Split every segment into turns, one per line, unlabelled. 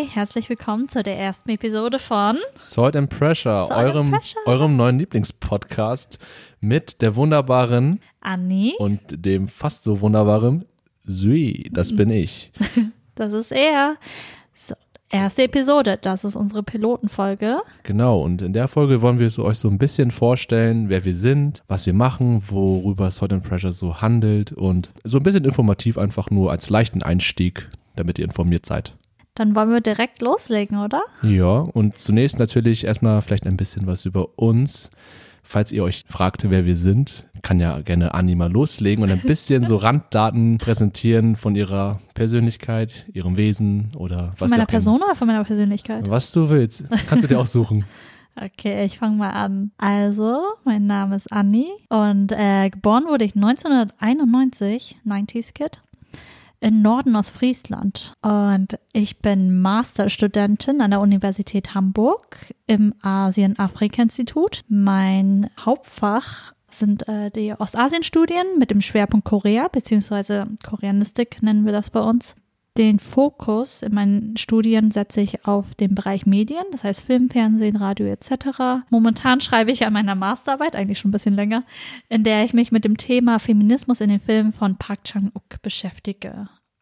herzlich willkommen zu der ersten Episode von
Salt and Pressure, eurem neuen Lieblingspodcast mit der wunderbaren
Anni
und dem fast so wunderbaren Sui, das bin ich.
Das ist er. So, erste Episode, das ist unsere Pilotenfolge.
Genau, und in der Folge wollen wir euch so ein bisschen vorstellen, wer wir sind, was wir machen, worüber Salt and Pressure so handelt und so ein bisschen informativ einfach nur als leichten Einstieg, damit ihr informiert seid.
Dann wollen wir direkt loslegen, oder?
Ja, und zunächst natürlich erstmal vielleicht ein bisschen was über uns. Falls ihr euch fragt, wer wir sind, kann ja gerne Anni mal loslegen und ein bisschen so Randdaten präsentieren von ihrer Persönlichkeit, ihrem Wesen oder was.
Von meiner Person oder von meiner Persönlichkeit?
Was du willst. Kannst du dir aussuchen.
Okay, ich fange mal an. Also, mein Name ist Anni und geboren wurde ich 1991, 90s Kid. Im Norden aus Friesland und ich bin Masterstudentin an der Universität Hamburg im Asien-Afrika-Institut. Mein Hauptfach sind die Ostasien-Studien mit dem Schwerpunkt Korea bzw. Koreanistik nennen wir das bei uns. Den Fokus in meinen Studien setze ich auf den Bereich Medien, das heißt Film, Fernsehen, Radio etc. Momentan schreibe ich an meiner Masterarbeit, eigentlich schon ein bisschen länger, in der ich mich mit dem Thema Feminismus in den Filmen von Park Chan-wook beschäftige.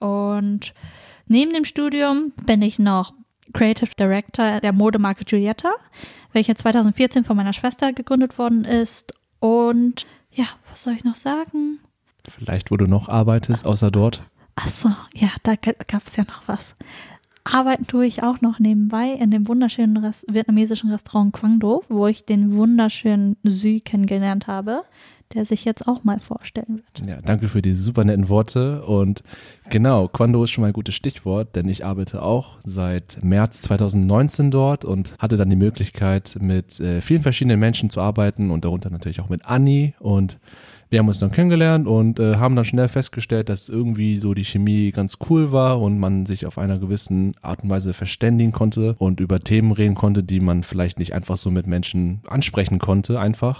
Und neben dem Studium bin ich noch Creative Director der Modemarke Giulietta, welche 2014 von meiner Schwester gegründet worden ist. Und ja, was soll ich noch sagen?
Vielleicht, wo du noch arbeitest, außer dort?
Achso, ja, da gab es ja noch was. Arbeiten tue ich auch noch nebenbei in dem wunderschönen vietnamesischen Restaurant Quang Do, wo ich den wunderschönen Sui kennengelernt habe, der sich jetzt auch mal vorstellen wird.
Ja, danke für die super netten Worte. Und genau, Quang Do ist schon mal ein gutes Stichwort, denn ich arbeite auch seit März 2019 dort und hatte dann die Möglichkeit, mit vielen verschiedenen Menschen zu arbeiten und darunter natürlich auch mit Anni. Und wir haben uns dann kennengelernt und haben dann schnell festgestellt, dass irgendwie so die Chemie ganz cool war und man sich auf einer gewissen Art und Weise verständigen konnte und über Themen reden konnte, die man vielleicht nicht einfach so mit Menschen ansprechen konnte, einfach.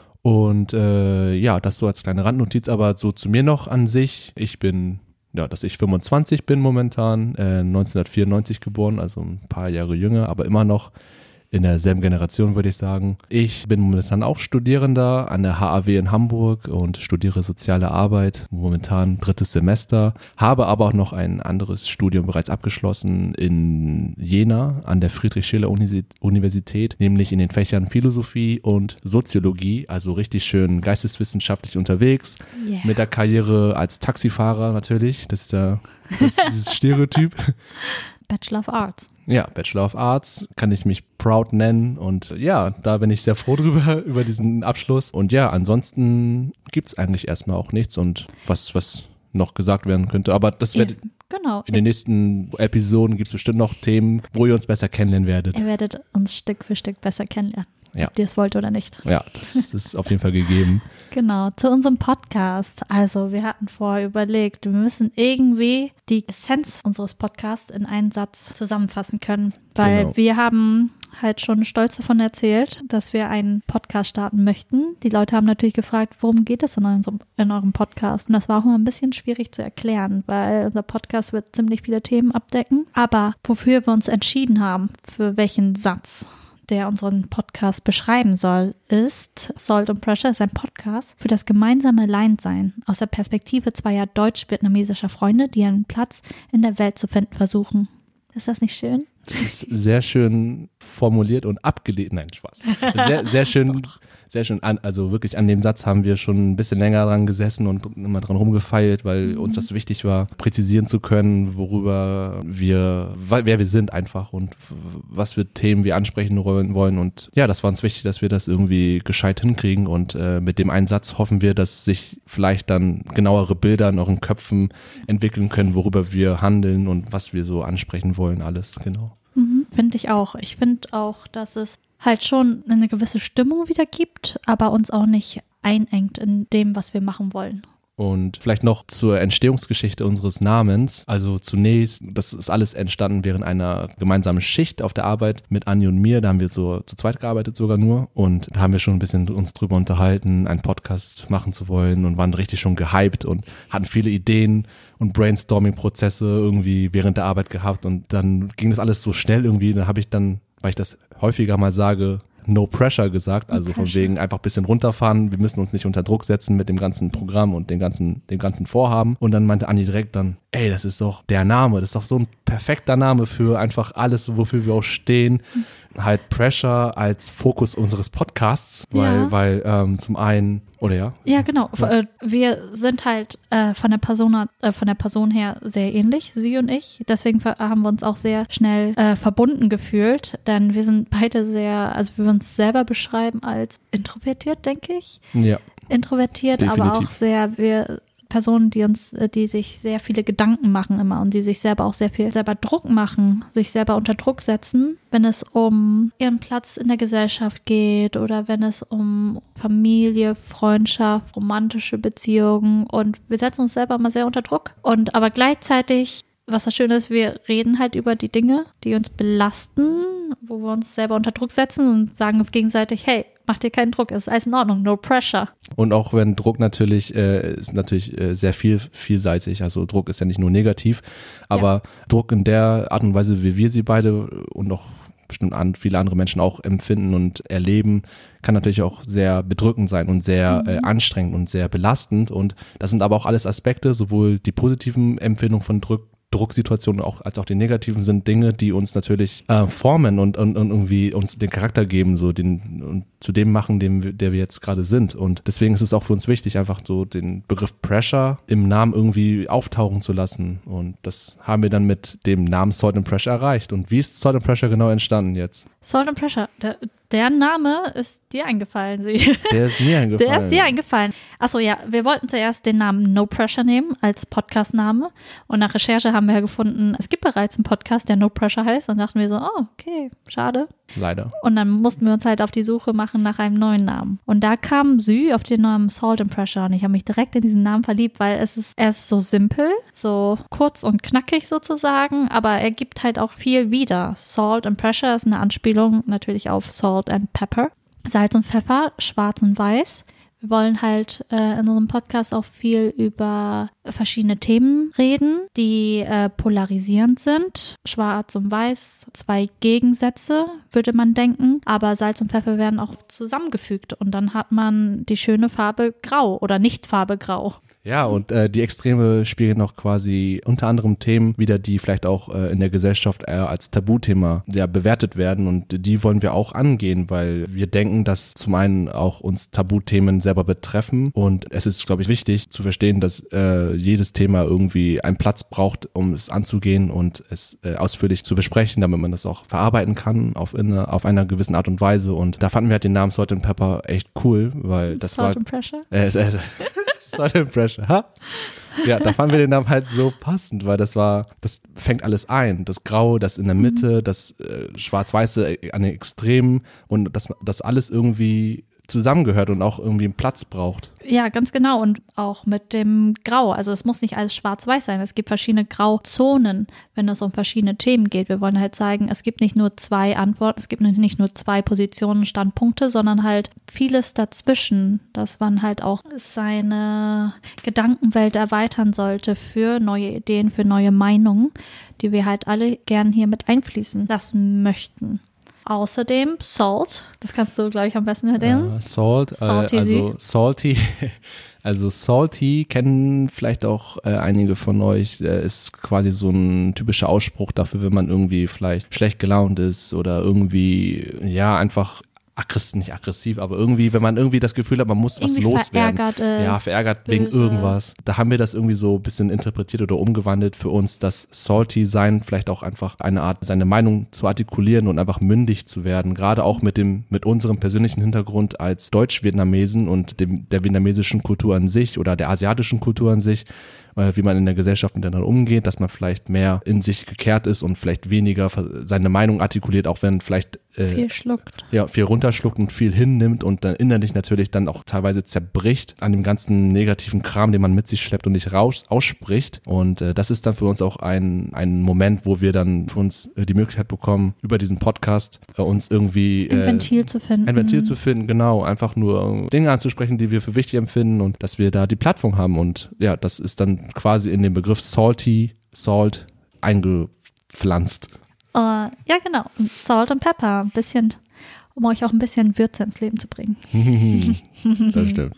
Und ja, das so als kleine Randnotiz, aber so zu mir noch an sich. Ich bin, ja, dass ich 25 bin momentan, 1994 geboren, also ein paar Jahre jünger, aber immer noch in derselben Generation, würde ich sagen. Ich bin momentan auch Studierender an der HAW in Hamburg und studiere Soziale Arbeit, momentan 3. Semester, habe aber auch noch ein anderes Studium bereits abgeschlossen in Jena an der Friedrich-Schiller-Universität, nämlich in den Fächern Philosophie und Soziologie, also richtig schön geisteswissenschaftlich unterwegs, mit der Karriere als Taxifahrer natürlich, das ist ja dieses Stereotyp.
Bachelor of Arts.
Ja, Bachelor of Arts, kann ich mich proud nennen und ja, da bin ich sehr froh drüber, über diesen Abschluss. Und ja, ansonsten gibt's eigentlich erstmal auch nichts und was noch gesagt werden könnte, aber das wird in den nächsten Episoden gibt's bestimmt noch Themen, wo ihr uns besser kennenlernen werdet.
Ihr werdet uns Stück für Stück besser kennenlernen.
Ja.
Ob ihr es wollt oder nicht.
Ja, das ist auf jeden Fall gegeben.
Genau, zu unserem Podcast. Also wir hatten vorher überlegt, wir müssen irgendwie die Essenz unseres Podcasts in einen Satz zusammenfassen können, weil wir haben halt schon stolz davon erzählt, dass wir einen Podcast starten möchten. Die Leute haben natürlich gefragt, worum geht es in eurem Podcast? Und das war auch immer ein bisschen schwierig zu erklären, weil unser Podcast wird ziemlich viele Themen abdecken. Aber wofür wir uns entschieden haben, für welchen Satz, der unseren Podcast beschreiben soll, ist Salt and Pressure ist ein Podcast für das gemeinsame Alleinsein aus der Perspektive zweier deutsch-vietnamesischer Freunde, die einen Platz in der Welt zu finden versuchen. Ist das nicht schön?
Das ist sehr schön formuliert und abgelegt. Nein, Spaß. Sehr schön. Also wirklich an dem Satz haben wir schon ein bisschen länger dran gesessen und immer dran rumgefeilt, weil uns das wichtig war, präzisieren zu können, wer wir sind einfach und was für Themen wir ansprechen wollen. Und ja, das war uns wichtig, dass wir das irgendwie gescheit hinkriegen und mit dem einen Satz hoffen wir, dass sich vielleicht dann genauere Bilder in euren Köpfen entwickeln können, worüber wir handeln und was wir so ansprechen wollen, alles, genau.
Finde ich auch. Ich finde auch, dass es halt schon eine gewisse Stimmung wieder gibt, aber uns auch nicht einengt in dem, was wir machen wollen.
Und vielleicht noch zur Entstehungsgeschichte unseres Namens. Also zunächst, das ist alles entstanden während einer gemeinsamen Schicht auf der Arbeit mit Anni und mir. Da haben wir so zu zweit gearbeitet sogar nur. Und da haben wir schon ein bisschen uns drüber unterhalten, einen Podcast machen zu wollen und waren richtig schon gehypt und hatten viele Ideen und Brainstorming-Prozesse irgendwie während der Arbeit gehabt. Und dann ging das alles so schnell irgendwie. Da habe ich dann, weil ich das häufiger mal sage, No Pressure gesagt, also von wegen einfach ein bisschen runterfahren, wir müssen uns nicht unter Druck setzen mit dem ganzen Programm und dem ganzen Vorhaben. Und dann meinte Anni direkt dann, ey, das ist doch der Name, das ist doch so ein perfekter Name für einfach alles, wofür wir auch stehen. Halt Pressure als Fokus unseres Podcasts, weil zum einen, oder ja?
Ja, genau. Ja. Wir sind halt von der Person her sehr ähnlich, sie und ich. Deswegen haben wir uns auch sehr schnell verbunden gefühlt, denn wir sind beide sehr, also wir uns selber beschreiben als introvertiert, denke ich.
Ja.
Introvertiert, definitiv. Aber auch sehr, Personen, die sich sehr viele Gedanken machen immer und die sich selber auch sehr viel selber Druck machen, sich selber unter Druck setzen, wenn es um ihren Platz in der Gesellschaft geht oder wenn es um Familie, Freundschaft, romantische Beziehungen, und wir setzen uns selber mal sehr unter Druck. Aber gleichzeitig, was das Schöne ist, wir reden halt über die Dinge, die uns belasten, wo wir uns selber unter Druck setzen und sagen uns gegenseitig, hey, mach dir keinen Druck, es ist alles in Ordnung, no pressure. Und auch wenn Druck natürlich, ist natürlich sehr vielseitig, also Druck ist ja nicht nur negativ, aber Druck in der Art und Weise, wie wir sie beide und auch bestimmt viele andere Menschen auch empfinden und erleben, kann natürlich auch sehr bedrückend sein und sehr anstrengend und sehr belastend, und das sind aber auch alles Aspekte, sowohl die positiven Empfindungen von Drucksituationen als auch die negativen sind Dinge, die uns natürlich formen und irgendwie uns den Charakter geben, und zu dem machen, der wir jetzt gerade sind. Und deswegen ist es auch für uns wichtig, einfach so den Begriff Pressure im Namen irgendwie auftauchen zu lassen. Und das haben wir dann mit dem Namen Salt and Pressure erreicht. Und wie ist Salt and Pressure genau entstanden jetzt? Salt and Pressure, der Name ist dir eingefallen, Sie. Der ist mir eingefallen. Der ist dir eingefallen. Achso, ja, wir wollten zuerst den Namen No Pressure nehmen als Podcast-Name, und nach Recherche haben wir gefunden, es gibt bereits einen Podcast, der No Pressure heißt, und dachten wir so, oh, okay, schade. Leider. Und dann mussten wir uns halt auf die Suche machen nach einem neuen Namen. Und da kam Sü auf den Namen Salt and Pressure, und ich habe mich direkt in diesen Namen verliebt, weil er ist so simpel, so kurz und knackig sozusagen, aber er gibt halt auch viel wieder. Salt and Pressure ist eine Anspielung natürlich auf Salt and Pepper. Salz und Pfeffer, schwarz und weiß. Wir wollen halt in unserem Podcast auch viel über verschiedene Themen reden, die polarisierend sind. Schwarz und Weiß, zwei Gegensätze, würde man denken. Aber Salz und Pfeffer werden auch zusammengefügt, und dann hat man die schöne Farbe Grau oder Nicht-Farbe Grau. Ja, und die Extreme spiegeln noch quasi unter anderem Themen wieder, die vielleicht auch in der Gesellschaft eher als Tabuthema bewertet werden, und die wollen wir auch angehen, weil wir denken, dass zum einen auch uns Tabuthemen selber betreffen, und es ist, glaube ich, wichtig zu verstehen, dass jedes Thema irgendwie einen Platz braucht, um es anzugehen und es ausführlich zu besprechen, damit man das auch verarbeiten kann auf einer gewissen Art und Weise, und da fanden wir halt den Namen Salt and Pepper echt cool, weil das Salt and Pressure? Salt and Pressure, ha? Ja, da fanden wir den Namen halt so passend, weil das fängt alles ein. Das Grau, das in der Mitte, das Schwarz-Weiße an den Extremen, und das alles irgendwie zusammengehört und auch irgendwie einen Platz braucht. Ja, ganz genau, und auch mit dem Grau. Also es muss nicht alles schwarz-weiß sein. Es gibt verschiedene Grauzonen, wenn es um verschiedene Themen geht. Wir wollen halt zeigen, es gibt nicht nur zwei Antworten, es gibt nicht nur zwei Positionen, Standpunkte, sondern halt vieles dazwischen, dass man halt auch seine Gedankenwelt erweitern sollte für neue Ideen, für neue Meinungen, die wir halt alle gern hier mit einfließen lassen möchten. Außerdem Salt, das kannst du, glaube ich, am besten erzählen. Salty kennen vielleicht auch einige von euch, ist quasi so ein typischer Ausspruch dafür, wenn man irgendwie vielleicht schlecht gelaunt ist oder irgendwie, einfach nicht aggressiv, aber irgendwie, wenn man irgendwie das Gefühl hat, man muss was loswerden. Verärgert wegen irgendwas. Da haben wir das irgendwie so ein bisschen interpretiert oder umgewandelt für uns, dass salty sein vielleicht auch einfach eine Art, seine Meinung zu artikulieren und einfach mündig zu werden, gerade auch mit unserem persönlichen Hintergrund als Deutsch-Vietnamesen und der vietnamesischen Kultur an sich oder der asiatischen Kultur an sich,
wie man in der Gesellschaft miteinander umgeht, dass man vielleicht mehr in sich gekehrt ist und vielleicht weniger seine Meinung artikuliert, auch wenn vielleicht
viel schluckt.
Ja, viel runterschluckt und viel hinnimmt und dann innerlich natürlich dann auch teilweise zerbricht an dem ganzen negativen Kram, den man mit sich schleppt und nicht ausspricht. Und das ist dann für uns auch ein Moment, wo wir dann für uns die Möglichkeit bekommen, über diesen Podcast uns irgendwie
ein Ventil zu finden.
Ein Ventil zu finden, genau. Einfach nur Dinge anzusprechen, die wir für wichtig empfinden und dass wir da die Plattform haben. Und ja, das ist dann quasi in den Begriff Salt eingepflanzt.
Ja, genau. Und Salt und Pepper. Ein bisschen, um euch auch ein bisschen Würze ins Leben zu bringen.
Das stimmt.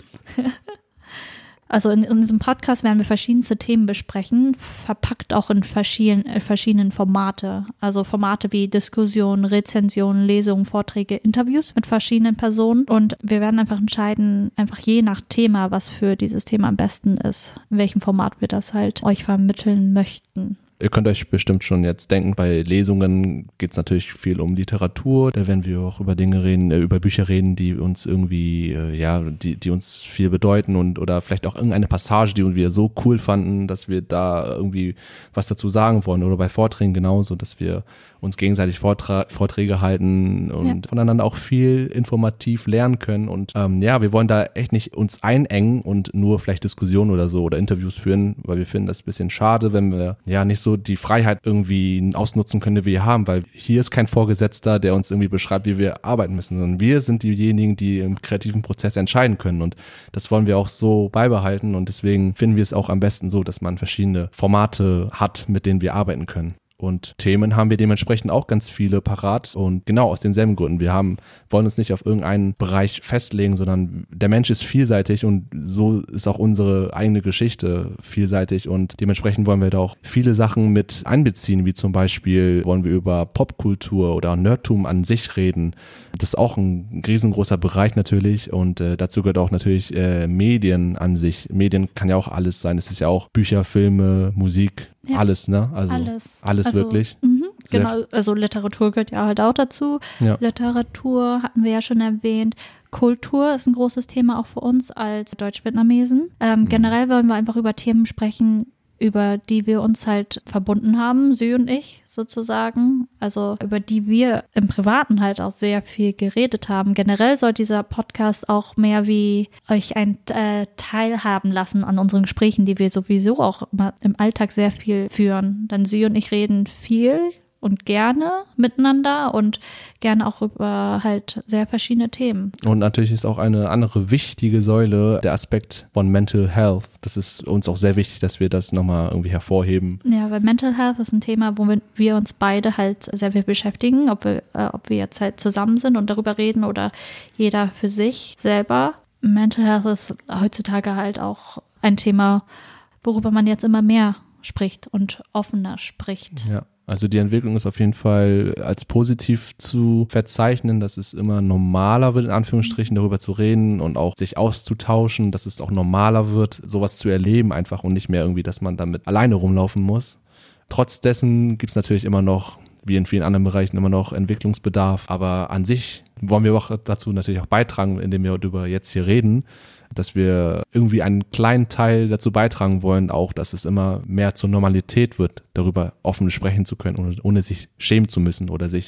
Also in diesem Podcast werden wir verschiedenste Themen besprechen, verpackt auch in verschiedenen Formate. Also Formate wie Diskussionen, Rezensionen, Lesungen, Vorträge, Interviews mit verschiedenen Personen. Und wir werden einfach entscheiden, einfach je nach Thema, was für dieses Thema am besten ist, in welchem Format wir das halt euch vermitteln möchten.
Ihr könnt euch bestimmt schon jetzt denken, bei Lesungen geht es natürlich viel um Literatur. Da werden wir auch über Dinge reden, über Bücher reden, die uns irgendwie, die uns viel bedeuten und oder vielleicht auch irgendeine Passage, die wir so cool fanden, dass wir da irgendwie was dazu sagen wollen. Oder bei Vorträgen genauso, dass wir uns gegenseitig Vorträge halten und voneinander auch viel informativ lernen können. Und wir wollen da echt nicht uns einengen und nur vielleicht Diskussionen oder so oder Interviews führen, weil wir finden das ein bisschen schade, wenn wir nicht so die Freiheit irgendwie ausnutzen können, die wir haben, weil hier ist kein Vorgesetzter, der uns irgendwie beschreibt, wie wir arbeiten müssen, sondern wir sind diejenigen, die im kreativen Prozess entscheiden können und das wollen wir auch so beibehalten und deswegen finden wir es auch am besten so, dass man verschiedene Formate hat, mit denen wir arbeiten können. Und Themen haben wir dementsprechend auch ganz viele parat und genau aus denselben Gründen. Wir wollen uns nicht auf irgendeinen Bereich festlegen, sondern der Mensch ist vielseitig und so ist auch unsere eigene Geschichte vielseitig und dementsprechend wollen wir da auch viele Sachen mit einbeziehen, wie zum Beispiel wollen wir über Popkultur oder Nerdtum an sich reden. Das ist auch ein riesengroßer Bereich natürlich und dazu gehört auch natürlich Medien an sich. Medien kann ja auch alles sein. Es ist ja auch Bücher, Filme, Musik, alles, ne? Also alles wirklich.
Genau, also Literatur gehört ja halt auch dazu. Ja. Literatur hatten wir ja schon erwähnt. Kultur ist ein großes Thema auch für uns als Deutsch-Vietnamesen. Generell wollen wir einfach über Themen sprechen, über die wir uns halt verbunden haben, Sie und ich sozusagen, also über die wir im Privaten halt auch sehr viel geredet haben. Generell soll dieser Podcast auch mehr wie euch ein teilhaben lassen an unseren Gesprächen, die wir sowieso auch immer im Alltag sehr viel führen. Denn Sie und ich reden viel und gerne miteinander und gerne auch über halt sehr verschiedene Themen.
Und natürlich ist auch eine andere wichtige Säule der Aspekt von Mental Health. Das ist uns auch sehr wichtig, dass wir das nochmal irgendwie hervorheben.
Ja, weil Mental Health ist ein Thema, womit wir uns beide halt sehr viel beschäftigen, ob wir jetzt halt zusammen sind und darüber reden oder jeder für sich selber. Mental Health ist heutzutage halt auch ein Thema, worüber man jetzt immer mehr spricht und offener spricht.
Ja. Also die Entwicklung ist auf jeden Fall als positiv zu verzeichnen, dass es immer normaler wird, in Anführungsstrichen, darüber zu reden und auch sich auszutauschen, dass es auch normaler wird, sowas zu erleben einfach und nicht mehr irgendwie, dass man damit alleine rumlaufen muss. Trotz dessen gibt es natürlich immer noch, wie in vielen anderen Bereichen, immer noch Entwicklungsbedarf, aber an sich wollen wir auch dazu natürlich auch beitragen, indem wir darüber jetzt hier reden, dass wir irgendwie einen kleinen Teil dazu beitragen wollen, auch, dass es immer mehr zur Normalität wird, darüber offen sprechen zu können, ohne sich schämen zu müssen oder sich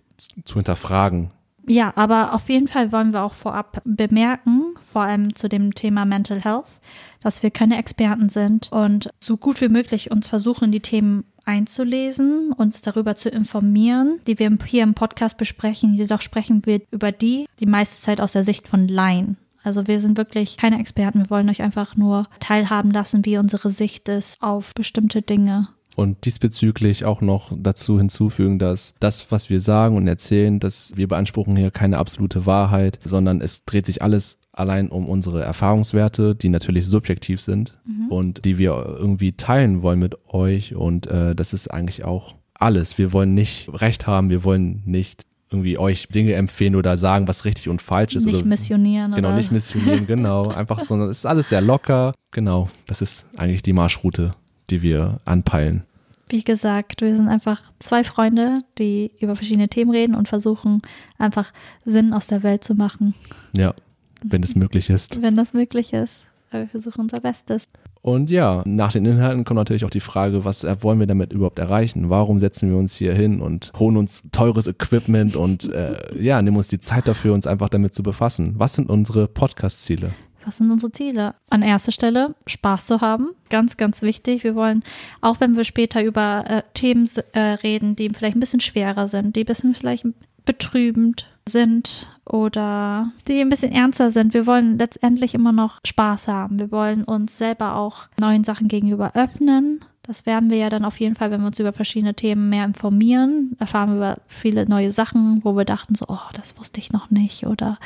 zu hinterfragen.
Ja, aber auf jeden Fall wollen wir auch vorab bemerken, vor allem zu dem Thema Mental Health, dass wir keine Experten sind und so gut wie möglich uns versuchen, die Themen einzulesen, uns darüber zu informieren, die wir hier im Podcast besprechen. Jedoch sprechen wir über die meiste Zeit aus der Sicht von Laien. Also wir sind wirklich keine Experten. Wir wollen euch einfach nur teilhaben lassen, wie unsere Sicht ist auf bestimmte Dinge.
Und diesbezüglich auch noch dazu hinzufügen, dass das, was wir sagen und erzählen, dass wir beanspruchen hier keine absolute Wahrheit, sondern es dreht sich alles allein um unsere Erfahrungswerte, die natürlich subjektiv sind und die wir irgendwie teilen wollen mit euch. Und das ist eigentlich auch alles. Wir wollen nicht Recht haben, wir wollen nicht irgendwie euch Dinge empfehlen oder sagen, was richtig und falsch ist.
Nicht
oder
missionieren.
Genau,
oder?
Nicht missionieren, genau. Einfach so, es ist alles sehr locker. Genau, das ist eigentlich die Marschroute, die wir anpeilen.
Wie gesagt, wir sind einfach zwei Freunde, die über verschiedene Themen reden und versuchen, einfach Sinn aus der Welt zu machen.
Ja, wenn es möglich ist.
Wenn das möglich ist. Fall. Wir versuchen unser Bestes.
Und ja, nach den Inhalten kommt natürlich auch die Frage, was wollen wir damit überhaupt erreichen? Warum setzen wir uns hier hin und holen uns teures Equipment und nehmen uns die Zeit dafür, uns einfach damit zu befassen? Was sind unsere Podcast-Ziele?
Was sind unsere Ziele? An erster Stelle Spaß zu haben. Ganz, ganz wichtig. Wir wollen, auch wenn wir später über Themen reden, die vielleicht ein bisschen schwerer sind, die ein bisschen vielleicht betrübend sind oder die ein bisschen ernster sind. Wir wollen letztendlich immer noch Spaß haben. Wir wollen uns selber auch neuen Sachen gegenüber öffnen. Das werden wir ja dann auf jeden Fall, wenn wir uns über verschiedene Themen mehr informieren. Erfahren wir über viele neue Sachen, wo wir dachten so, oh, das wusste ich noch nicht oder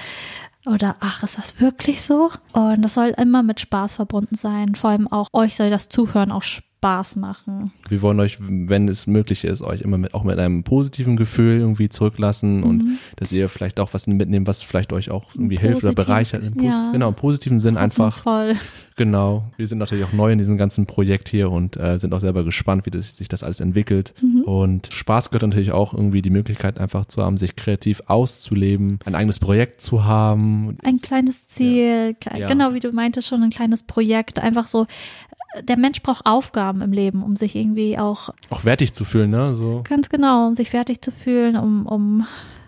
ach, ist das wirklich so? Und das soll immer mit Spaß verbunden sein. Vor allem auch euch soll das Zuhören auch Spaß machen.
Wir wollen euch, wenn es möglich ist, euch immer auch mit einem positiven Gefühl irgendwie zurücklassen und dass ihr vielleicht auch was mitnehmt, was vielleicht euch auch irgendwie hilft oder bereichert. Genau, im positiven Sinn einfach. Genau. Wir sind natürlich auch neu in diesem ganzen Projekt hier und sind auch selber gespannt, wie sich das alles entwickelt. Und Spaß gehört natürlich auch irgendwie die Möglichkeit einfach zu haben, sich kreativ auszuleben, ein eigenes Projekt zu haben.
Ein kleines Ziel, genau wie du meintest schon, ein kleines Projekt, einfach so. Der Mensch braucht Aufgaben im Leben, um sich irgendwie auch
wertig zu fühlen, ne? So.
Ganz genau, um sich fertig zu fühlen, um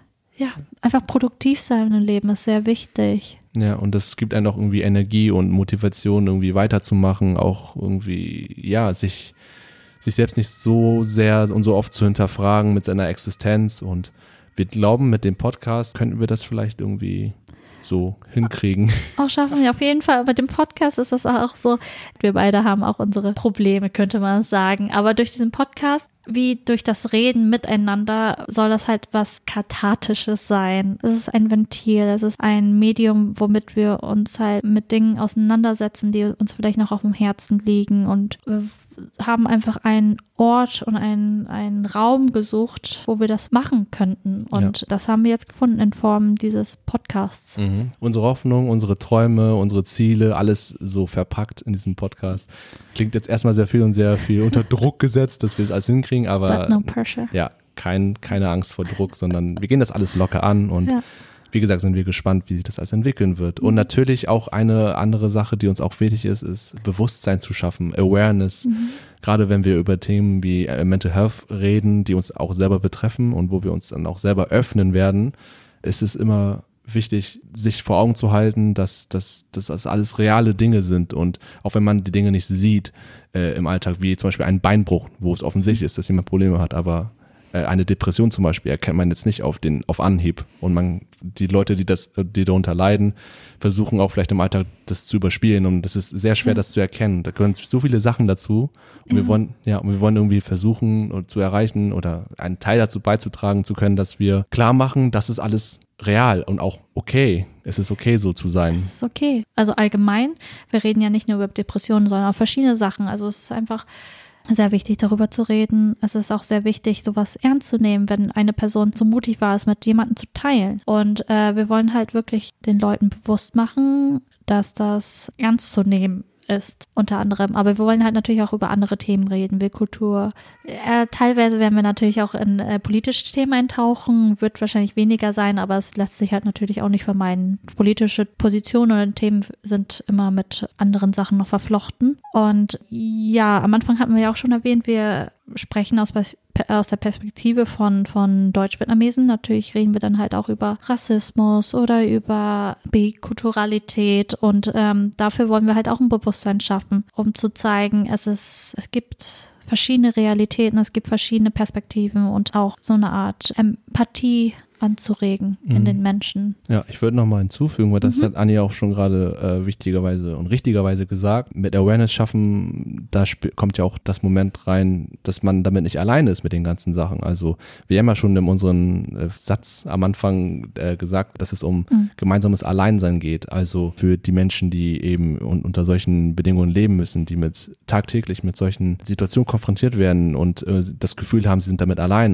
einfach produktiv sein im Leben ist sehr wichtig.
Ja, und das gibt einem auch irgendwie Energie und Motivation, irgendwie weiterzumachen, auch irgendwie, sich selbst nicht so sehr und so oft zu hinterfragen mit seiner Existenz. Und wir glauben, mit dem Podcast könnten wir das vielleicht irgendwie so hinkriegen.
Auch schaffen wir auf jeden Fall. Mit dem Podcast ist das auch so. Wir beide haben auch unsere Probleme, könnte man sagen. Aber durch diesen Podcast, wie durch das Reden miteinander, soll das halt was Kathartisches sein. Es ist ein Ventil, es ist ein Medium, womit wir uns halt mit Dingen auseinandersetzen, die uns vielleicht noch auf dem Herzen liegen, und wir haben einfach einen Ort und einen Raum gesucht, wo wir das machen könnten. Und das haben wir jetzt gefunden in Form dieses Podcasts.
Unsere Hoffnung, unsere Träume, unsere Ziele, alles so verpackt in diesem Podcast. Klingt jetzt erstmal sehr viel unter Druck gesetzt, dass wir es alles hinkriegen, aber
But no pressure.
Ja, keine Angst vor Druck, sondern wir gehen das alles locker an und wie gesagt, sind wir gespannt, wie sich das alles entwickeln wird. Und natürlich auch eine andere Sache, die uns auch wichtig ist Bewusstsein zu schaffen, Awareness. Gerade wenn wir über Themen wie Mental Health reden, die uns auch selber betreffen und wo wir uns dann auch selber öffnen werden, ist es immer wichtig, sich vor Augen zu halten, dass das alles reale Dinge sind. Und auch wenn man die Dinge nicht sieht im Alltag, wie zum Beispiel einen Beinbruch, wo es offensichtlich ist, dass jemand Probleme hat, aber eine Depression zum Beispiel erkennt man jetzt nicht auf Anhieb. Und die Leute, die darunter leiden, versuchen auch vielleicht im Alltag das zu überspielen. Und das ist sehr schwer, das zu erkennen. Da gehören so viele Sachen dazu. Und wir wollen irgendwie versuchen zu erreichen oder einen Teil dazu beizutragen zu können, dass wir klar machen, das ist alles real und auch okay. Es ist okay, so zu sein.
Es ist okay. Also allgemein, wir reden ja nicht nur über Depressionen, sondern auch verschiedene Sachen. Also es ist einfach sehr wichtig, darüber zu reden. Es ist auch sehr wichtig, sowas ernst zu nehmen, wenn eine Person so mutig war, es mit jemandem zu teilen. Und wir wollen halt wirklich den Leuten bewusst machen, dass das ernst zu nehmen ist, unter anderem. Aber wir wollen halt natürlich auch über andere Themen reden, wie Kultur. Teilweise werden wir natürlich auch in politische Themen eintauchen, wird wahrscheinlich weniger sein, aber es lässt sich halt natürlich auch nicht vermeiden. Politische Positionen oder Themen sind immer mit anderen Sachen noch verflochten. Und ja, am Anfang hatten wir ja auch schon erwähnt, wir sprechen aus der Perspektive von Deutsch-Vietnamesen. Natürlich reden wir dann halt auch über Rassismus oder über Bikulturalität, und dafür wollen wir halt auch ein Bewusstsein schaffen, um zu zeigen, es gibt verschiedene Realitäten, es gibt verschiedene Perspektiven und auch so eine Art Empathie anzuregen in den Menschen.
Ja, ich würde noch mal hinzufügen, weil das hat Anni auch schon gerade wichtigerweise und richtigerweise gesagt. Mit Awareness schaffen, da kommt ja auch das Moment rein, dass man damit nicht alleine ist mit den ganzen Sachen. Also wir haben ja schon in unserem Satz am Anfang gesagt, dass es um gemeinsames Alleinsein geht. Also für die Menschen, die eben unter solchen Bedingungen leben müssen, die tagtäglich mit solchen Situationen konfrontiert werden und das Gefühl haben, sie sind damit alleine.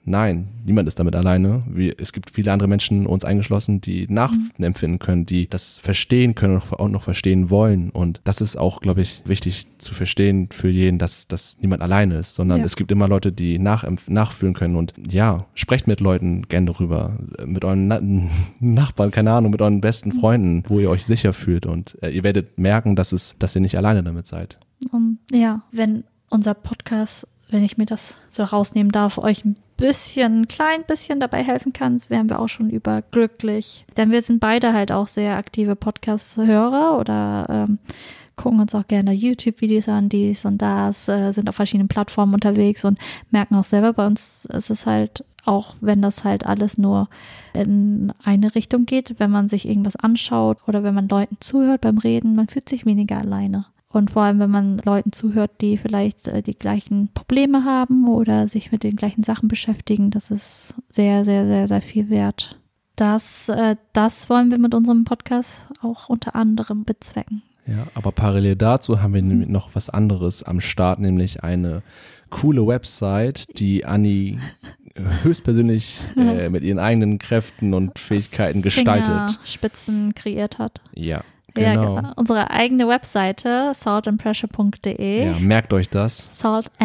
Nein, niemand ist damit alleine. Es gibt viele andere Menschen, uns eingeschlossen, die nachempfinden können, die das verstehen können und auch noch verstehen wollen. Und das ist auch, glaube ich, wichtig zu verstehen für jeden, dass niemand alleine ist, sondern es gibt immer Leute, die nachfühlen können. Und ja, sprecht mit Leuten gern darüber, mit euren Nachbarn, keine Ahnung, mit euren besten Freunden, wo ihr euch sicher fühlt. Und ihr werdet merken, dass ihr nicht alleine damit seid.
Und ja, wenn unser Podcast, wenn ich mir das so rausnehmen darf, euch ein klein bisschen dabei helfen kann, wären wir auch schon überglücklich. Denn wir sind beide halt auch sehr aktive Podcast-Hörer oder gucken uns auch gerne YouTube-Videos an, dies und das, sind auf verschiedenen Plattformen unterwegs und merken auch selber, bei uns ist es halt, auch wenn das halt alles nur in eine Richtung geht, wenn man sich irgendwas anschaut oder wenn man Leuten zuhört beim Reden, man fühlt sich weniger alleine. Und vor allem, wenn man Leuten zuhört, die vielleicht die gleichen Probleme haben oder sich mit den gleichen Sachen beschäftigen, das ist sehr, sehr, sehr, sehr viel wert. Das wollen wir mit unserem Podcast auch unter anderem bezwecken.
Ja, aber parallel dazu haben wir nämlich noch was anderes am Start, nämlich eine coole Website, die Anni höchstpersönlich mit ihren eigenen Kräften und Fähigkeiten gestaltet.
Fingerspitzen kreiert hat.
Ja.
Genau. Ja, unsere eigene Webseite, saltandpressure.de.
Ja, merkt euch das.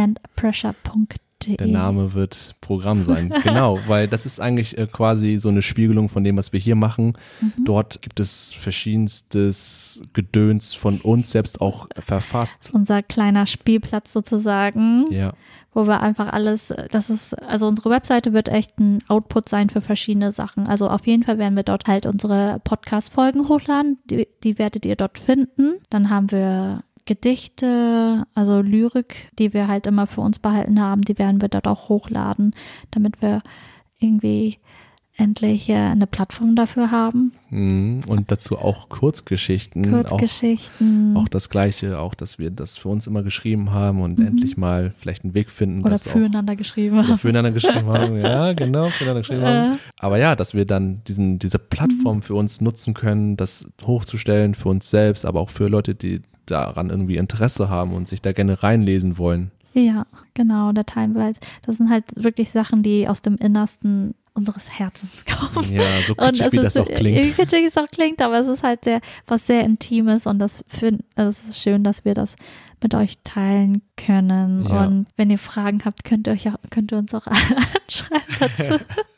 saltandpressure.de.
Der Name wird Programm sein. Genau, weil das ist eigentlich quasi so eine Spiegelung von dem, was wir hier machen. Dort gibt es verschiedenstes Gedöns von uns selbst auch verfasst.
Unser kleiner Spielplatz sozusagen.
Ja.
Wo wir einfach alles, also unsere Webseite wird echt ein Output sein für verschiedene Sachen. Also auf jeden Fall werden wir dort halt unsere Podcast-Folgen hochladen, die werdet ihr dort finden. Dann haben wir Gedichte, also Lyrik, die wir halt immer für uns behalten haben, die werden wir dort auch hochladen, damit wir irgendwie endlich eine Plattform dafür haben.
Und dazu auch Kurzgeschichten. Auch das Gleiche, auch dass wir das für uns immer geschrieben haben und endlich mal vielleicht einen Weg finden.
Oder füreinander geschrieben
haben. Ja, genau, füreinander geschrieben haben. Aber ja, dass wir dann diese Plattform für uns nutzen können, das hochzustellen für uns selbst, aber auch für Leute, die daran irgendwie Interesse haben und sich da gerne reinlesen wollen.
Ja, genau, da teilen wir halt. Das sind halt wirklich Sachen, die aus dem Innersten unseres Herzens kommen.
Ja, so kitschig, wie das auch klingt.
Wie kitschig es auch klingt, aber es ist halt was sehr Intimes und das ist schön, dass wir das mit euch teilen können. Ja. Und wenn ihr Fragen habt, könnt ihr uns auch anschreiben dazu.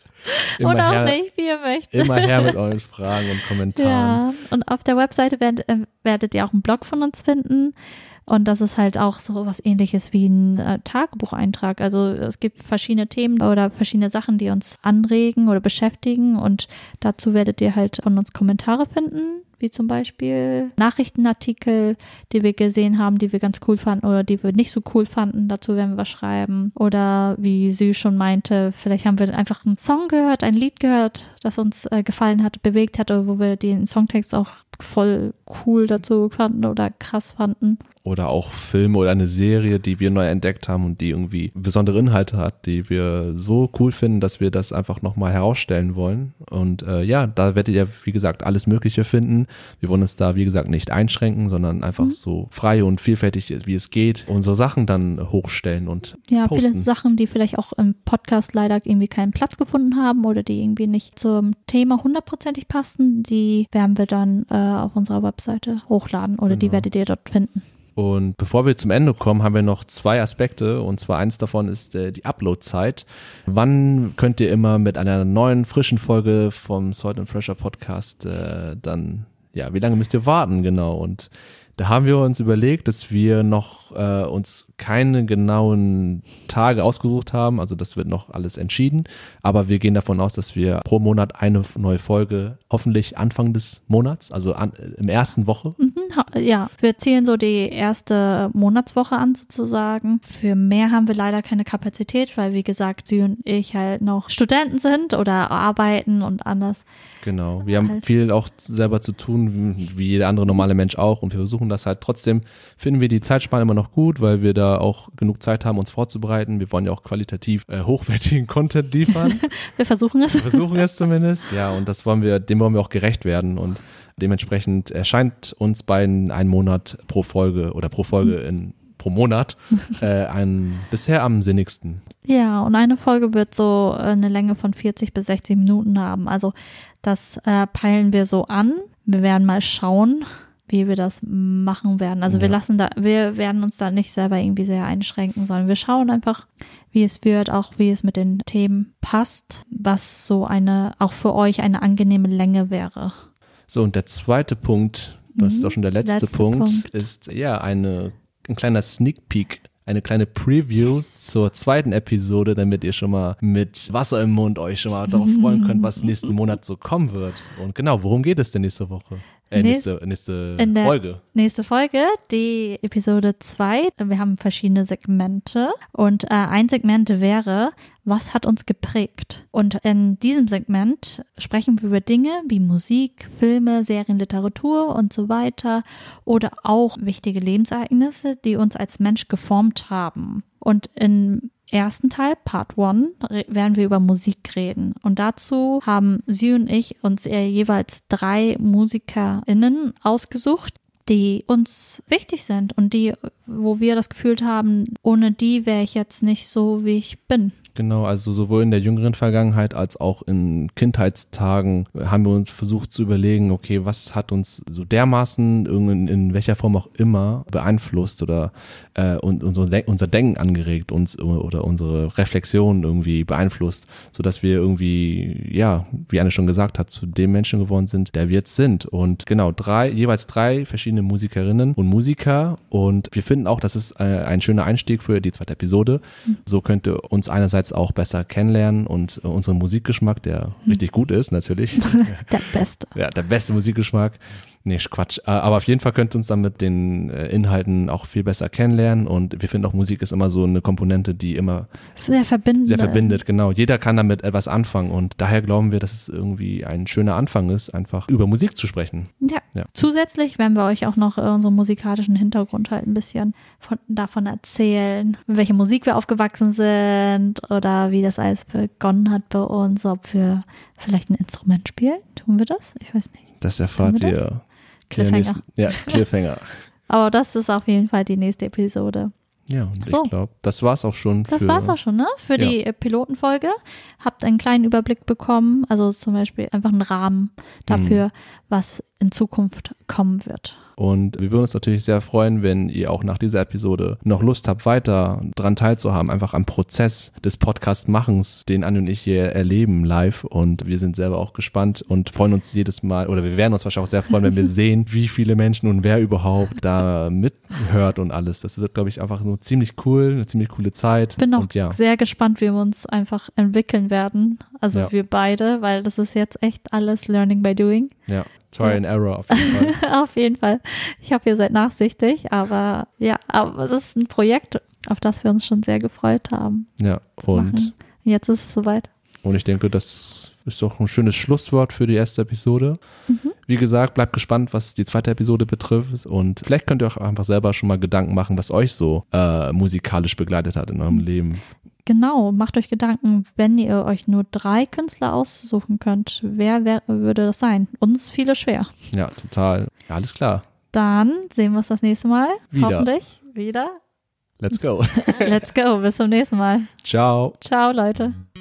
Oder auch nicht, wie ihr möchtet.
Immer her mit euren Fragen und Kommentaren.
Ja, und auf der Webseite werdet ihr auch einen Blog von uns finden. Und das ist halt auch so was Ähnliches wie ein Tagebucheintrag. Also es gibt verschiedene Themen oder verschiedene Sachen, die uns anregen oder beschäftigen. Und dazu werdet ihr halt von uns Kommentare finden, wie zum Beispiel Nachrichtenartikel, die wir gesehen haben, die wir ganz cool fanden oder die wir nicht so cool fanden. Dazu werden wir was schreiben. Oder wie Sü schon meinte, vielleicht haben wir einfach einen Song gehört, ein Lied gehört, das uns gefallen hat, bewegt hat, oder wo wir den Songtext auch voll cool dazu fanden oder krass fanden.
Oder auch Filme oder eine Serie, die wir neu entdeckt haben und die irgendwie besondere Inhalte hat, die wir so cool finden, dass wir das einfach nochmal herausstellen wollen. Und ja, da werdet ihr, wie gesagt, alles Mögliche finden. Wir wollen uns da, wie gesagt, nicht einschränken, sondern einfach so frei und vielfältig, wie es geht, unsere Sachen dann hochstellen und posten.
Viele Sachen, die vielleicht auch im Podcast leider irgendwie keinen Platz gefunden haben oder die irgendwie nicht zum Thema 100%ig passen, die werden wir dann auf unserer Webseite hochladen oder die werdet ihr dort finden.
Und bevor wir zum Ende kommen, haben wir noch 2 Aspekte, und zwar eins davon ist die Upload-Zeit. Wann könnt ihr immer mit einer neuen, frischen Folge vom Salt and Pressure Podcast wie lange müsst ihr warten, genau? Und da haben wir uns überlegt, dass wir noch uns keine genauen Tage ausgesucht haben, also das wird noch alles entschieden, aber wir gehen davon aus, dass wir pro Monat eine neue Folge, hoffentlich Anfang des Monats, also im ersten Woche.
Ja, wir zielen so die erste Monatswoche an sozusagen. Für mehr haben wir leider keine Kapazität, weil wie gesagt, Sie und ich halt noch Studenten sind oder arbeiten und anders.
Genau, wir haben viel auch selber zu tun, wie jeder andere normale Mensch auch, und wir versuchen das halt trotzdem, finden wir die Zeitspanne immer noch gut, weil wir da auch genug Zeit haben, uns vorzubereiten. Wir wollen ja auch qualitativ hochwertigen Content liefern.
Wir versuchen es.
Wir versuchen es zumindest, ja, und dem wollen wir auch gerecht werden, und dementsprechend erscheint uns beiden ein Monat pro Folge oder pro Folge pro Monat, bisher am sinnigsten.
Ja, und eine Folge wird so eine Länge von 40 bis 60 Minuten haben. Also das peilen wir so an. Wir werden mal schauen, wie wir das machen werden. Also wir werden uns da nicht selber irgendwie sehr einschränken, sondern wir schauen einfach, wie es wird, auch wie es mit den Themen passt, was so auch für euch eine angenehme Länge wäre.
So, und der zweite Punkt, das ist auch schon der letzte Punkt, ist ja ein kleiner Sneak Peek, eine kleine Preview zur zweiten Episode, damit ihr schon mal mit Wasser im Mund euch schon mal darauf freuen könnt, was nächsten Monat so kommen wird. Und genau, worum geht es denn nächste Woche? Nächste Folge.
Nächste Folge, die Episode 2. Wir haben verschiedene Segmente und ein Segment wäre, was hat uns geprägt? Und in diesem Segment sprechen wir über Dinge wie Musik, Filme, Serien, Literatur und so weiter oder auch wichtige Lebensereignisse, die uns als Mensch geformt haben. Und im ersten Teil, Part 1, werden wir über Musik reden. Und dazu haben sie und ich uns jeweils 3 MusikerInnen ausgesucht, die uns wichtig sind und wo wir das Gefühl haben, ohne die wäre ich jetzt nicht so, wie ich bin.
Genau, also sowohl in der jüngeren Vergangenheit als auch in Kindheitstagen haben wir uns versucht zu überlegen, okay, was hat uns so dermaßen in welcher Form auch immer beeinflusst oder unser Denken angeregt oder unsere Reflexion irgendwie beeinflusst, sodass wir irgendwie, ja, wie Anne schon gesagt hat, zu dem Menschen geworden sind, der wir jetzt sind. Und genau, jeweils 3 verschiedene Musikerinnen und Musiker, und wir finden auch, das ist ein schöner Einstieg für die zweite Episode. So könnte uns einerseits auch besser kennenlernen und unseren Musikgeschmack, der richtig gut ist, natürlich.
Der beste.
Ja, der beste Musikgeschmack. Nee, Quatsch. Aber auf jeden Fall könnt ihr uns dann mit den Inhalten auch viel besser kennenlernen, und wir finden auch, Musik ist immer so eine Komponente, die immer
sehr verbindet.
Genau. Jeder kann damit etwas anfangen, und daher glauben wir, dass es irgendwie ein schöner Anfang ist, einfach über Musik zu sprechen.
Ja. Zusätzlich werden wir euch auch noch unseren musikalischen Hintergrund halt ein bisschen davon erzählen, mit welcher Musik wir aufgewachsen sind oder wie das alles begonnen hat bei uns, ob wir vielleicht ein Instrument spielen. Tun wir das? Ich weiß nicht.
Das erfahrt ihr.
Cliffhanger.
Cliffhanger.
Aber das ist auf jeden Fall die nächste Episode.
Ja, und ich glaube, das war's auch schon.
Das war's auch schon, ne? Für die Pilotenfolge. Habt einen kleinen Überblick bekommen, also zum Beispiel einfach einen Rahmen dafür, was in Zukunft kommen wird.
Und wir würden uns natürlich sehr freuen, wenn ihr auch nach dieser Episode noch Lust habt, weiter dran teilzuhaben, einfach am Prozess des Podcast-Machens, den Anne und ich hier erleben live. Und wir sind selber auch gespannt und freuen uns jedes Mal, oder wir werden uns wahrscheinlich auch sehr freuen, wenn wir sehen, wie viele Menschen und wer überhaupt da mithört und alles. Das wird, glaube ich, einfach nur ziemlich cool, eine ziemlich coole Zeit.
Bin auch sehr gespannt, wie wir uns einfach entwickeln werden. Also wir beide, weil das ist jetzt echt alles Learning by Doing.
Ja. Try and Error auf jeden Fall.
Auf jeden Fall. Ich hoffe, ihr seid nachsichtig, aber es ist ein Projekt, auf das wir uns schon sehr gefreut haben.
Ja, und
jetzt ist es soweit.
Und ich denke, das ist doch ein schönes Schlusswort für die erste Episode. Wie gesagt, bleibt gespannt, was die zweite Episode betrifft, und vielleicht könnt ihr auch einfach selber schon mal Gedanken machen, was euch so musikalisch begleitet hat in eurem Leben.
Genau, macht euch Gedanken, wenn ihr euch nur 3 Künstler aussuchen könnt, wer würde das sein? Uns viele schwer.
Ja, total. Ja, alles klar.
Dann sehen wir uns das nächste Mal.
Wieder.
Hoffentlich wieder.
Let's go.
Let's go. Bis zum nächsten Mal.
Ciao.
Ciao, Leute.